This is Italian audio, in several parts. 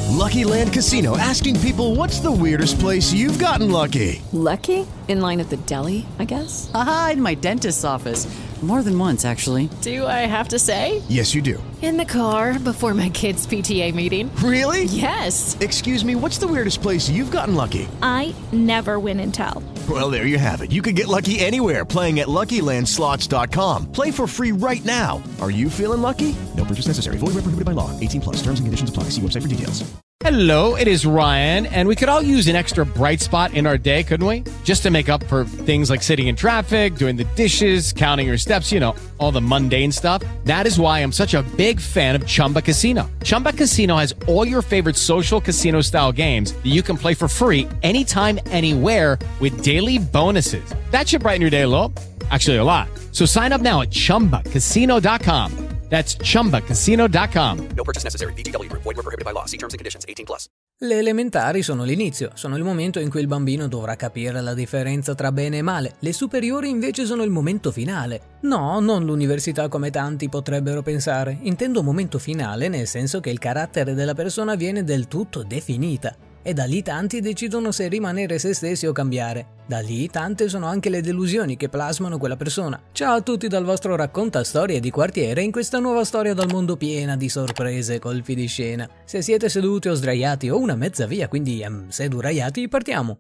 Lucky Land Casino, asking people, what's the weirdest place you've gotten lucky? Lucky? In line at the deli, I guess? Aha, in my dentist's office. More than once, actually. Do I have to say? Yes, you do. In the car before my kids' PTA meeting. Really? Yes. Excuse me, what's the weirdest place you've gotten lucky? I never win and tell. Well, there you have it. You can get lucky anywhere, playing at LuckyLandSlots.com. Play for free right now. Are you feeling lucky? No purchase necessary. Void where prohibited by law. 18 plus. Terms and conditions apply. See website for details. Hello, it is Ryan, and we could all use an extra bright spot in our day, couldn't we? Just to make up for things like sitting in traffic, doing the dishes, counting your steps, you know, all the mundane stuff. That is why I'm such a big fan of Chumba Casino. Chumba Casino has all your favorite social casino-style games that you can play for free anytime, anywhere with daily bonuses. That should brighten your day a little. Actually, a lot. So sign up now at ChumbaCasino.com. That's ChumbaCasino.com. No purchase necessary. VGW Group. Void where prohibited by law. See terms and conditions. 18 plus. Le elementari sono l'inizio, sono il momento in cui il bambino dovrà capire la differenza tra bene e male. Le superiori invece sono il momento finale. No, non l'università come tanti potrebbero pensare. Intendo momento finale nel senso che il carattere della persona viene del tutto definita. E da lì tanti decidono se rimanere se stessi o cambiare. Da lì tante sono anche le delusioni che plasmano quella persona. Ciao a tutti dal vostro racconta storie di quartiere in questa nuova storia dal mondo piena di sorprese e colpi di scena. Se siete seduti o sdraiati o una mezza via, quindi seduraiati, partiamo!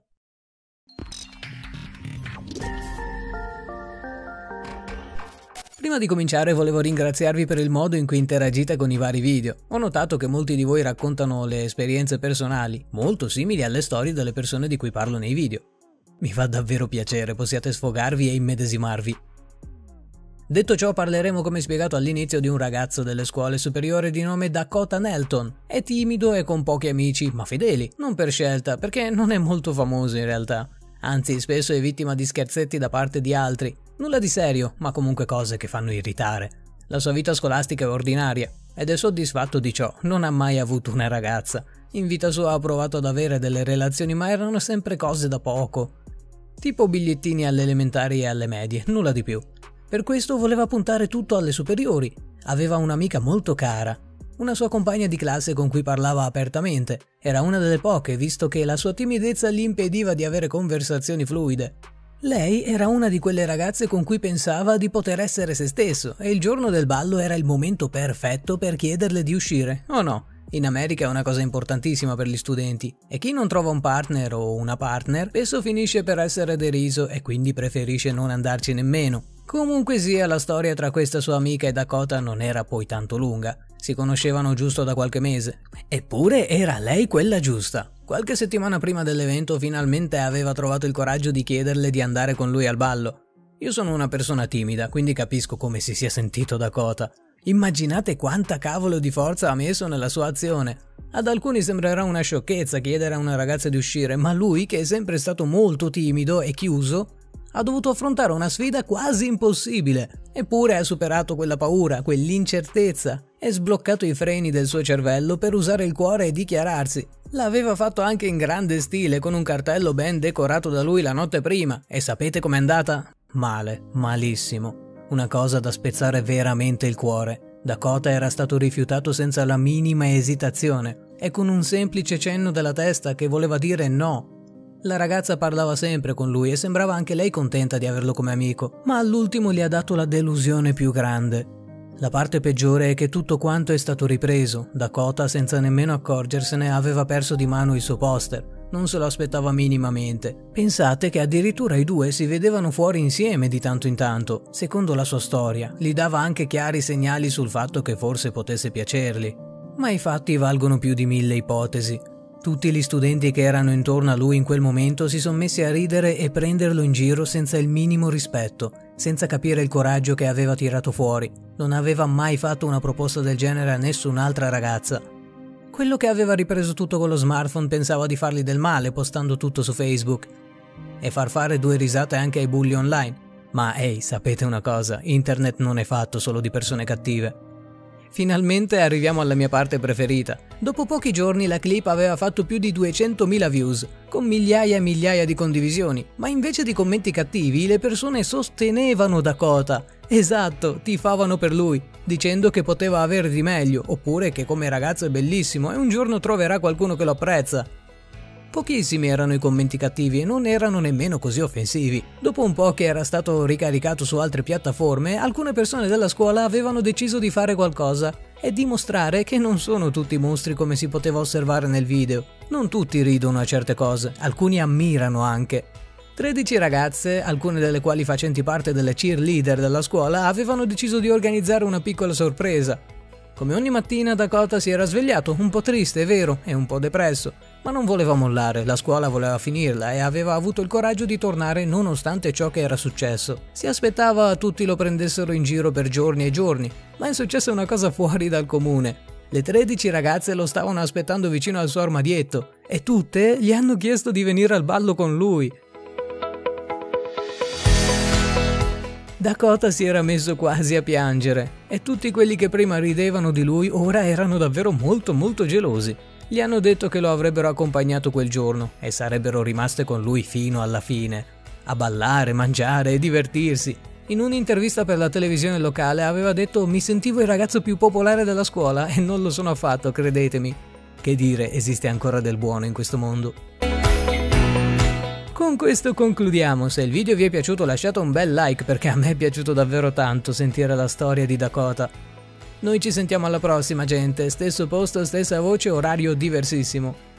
Prima di cominciare volevo ringraziarvi per il modo in cui interagite con i vari video. Ho notato che molti di voi raccontano le esperienze personali, molto simili alle storie delle persone di cui parlo nei video. Mi fa davvero piacere, possiate sfogarvi e immedesimarvi. Detto ciò, parleremo come spiegato all'inizio di un ragazzo delle scuole superiori di nome Dakota Nelton. È timido e con pochi amici, ma fedeli, non per scelta, perché non è molto famoso in realtà. Anzi, spesso è vittima di scherzetti da parte di altri. Nulla di serio, ma comunque cose che fanno irritare. La sua vita scolastica è ordinaria, ed è soddisfatto di ciò, non ha mai avuto una ragazza. In vita sua ha provato ad avere delle relazioni, ma erano sempre cose da poco. Tipo bigliettini alle elementari e alle medie, nulla di più. Per questo voleva puntare tutto alle superiori. Aveva un'amica molto cara, una sua compagna di classe con cui parlava apertamente. Era una delle poche, visto che la sua timidezza gli impediva di avere conversazioni fluide. Lei era una di quelle ragazze con cui pensava di poter essere se stesso e il giorno del ballo era il momento perfetto per chiederle di uscire, o no? In America è una cosa importantissima per gli studenti e chi non trova un partner o una partner spesso finisce per essere deriso e quindi preferisce non andarci nemmeno. Comunque sia, la storia tra questa sua amica e Dakota non era poi tanto lunga. Si conoscevano giusto da qualche mese. Eppure era lei quella giusta. Qualche settimana prima dell'evento finalmente aveva trovato il coraggio di chiederle di andare con lui al ballo. Io sono una persona timida, quindi capisco come si sia sentito Dakota. Immaginate quanta cavolo di forza ha messo nella sua azione. Ad alcuni sembrerà una sciocchezza chiedere a una ragazza di uscire, ma lui, che è sempre stato molto timido e chiuso, ha dovuto affrontare una sfida quasi impossibile. Eppure ha superato quella paura, quell'incertezza, e sbloccato i freni del suo cervello per usare il cuore e dichiararsi. L'aveva fatto anche in grande stile, con un cartello ben decorato da lui la notte prima. E sapete com'è andata? Male, malissimo. Una cosa da spezzare veramente il cuore. Dakota era stato rifiutato senza la minima esitazione e con un semplice cenno della testa che voleva dire no. La ragazza parlava sempre con lui e sembrava anche lei contenta di averlo come amico, ma all'ultimo gli ha dato la delusione più grande. La parte peggiore è che tutto quanto è stato ripreso. Dakota, senza nemmeno accorgersene, aveva perso di mano il suo poster. Non se lo aspettava minimamente. Pensate che addirittura i due si vedevano fuori insieme di tanto in tanto. Secondo la sua storia, gli dava anche chiari segnali sul fatto che forse potesse piacergli. Ma i fatti valgono più di 1000 ipotesi. Tutti gli studenti che erano intorno a lui in quel momento si sono messi a ridere e prenderlo in giro senza il minimo rispetto, senza capire il coraggio che aveva tirato fuori. Non aveva mai fatto una proposta del genere a nessun'altra ragazza. Quello che aveva ripreso tutto con lo smartphone pensava di fargli del male postando tutto su Facebook e far fare 2 risate anche ai bulli online. Ma ehi, sapete una cosa, internet non è fatto solo di persone cattive. Finalmente arriviamo alla mia parte preferita. Dopo pochi giorni la clip aveva fatto più di 200.000 views, con migliaia e migliaia di condivisioni, ma invece di commenti cattivi le persone sostenevano Dakota Esatto, tifavano per lui, dicendo che poteva avere di meglio, oppure che come ragazzo è bellissimo e un giorno troverà qualcuno che lo apprezza. Pochissimi erano i commenti cattivi e non erano nemmeno così offensivi. Dopo un po' che era stato ricaricato su altre piattaforme, alcune persone della scuola avevano deciso di fare qualcosa e dimostrare che non sono tutti mostri come si poteva osservare nel video. Non tutti ridono a certe cose, alcuni ammirano anche. 13 ragazze, alcune delle quali facenti parte delle cheerleader della scuola, avevano deciso di organizzare una piccola sorpresa. Come ogni mattina Dakota si era svegliato, un po' triste, è vero, e un po' depresso, ma non voleva mollare, la scuola voleva finirla e aveva avuto il coraggio di tornare nonostante ciò che era successo. Si aspettava tutti lo prendessero in giro per giorni e giorni, ma è successa una cosa fuori dal comune. Le 13 ragazze lo stavano aspettando vicino al suo armadietto e tutte gli hanno chiesto di venire al ballo con lui. Dakota si era messo quasi a piangere e tutti quelli che prima ridevano di lui ora erano davvero molto gelosi. Gli hanno detto che lo avrebbero accompagnato quel giorno e sarebbero rimaste con lui fino alla fine, a ballare, mangiare e divertirsi. In un'intervista per la televisione locale aveva detto: "Mi sentivo il ragazzo più popolare della scuola e non lo sono affatto, credetemi". Che dire, esiste ancora del buono in questo mondo. Con questo concludiamo. Se il video vi è piaciuto lasciate un bel like perché a me è piaciuto davvero tanto sentire la storia di Dakota. Noi ci sentiamo alla prossima, gente, stesso posto, stessa voce, orario diversissimo.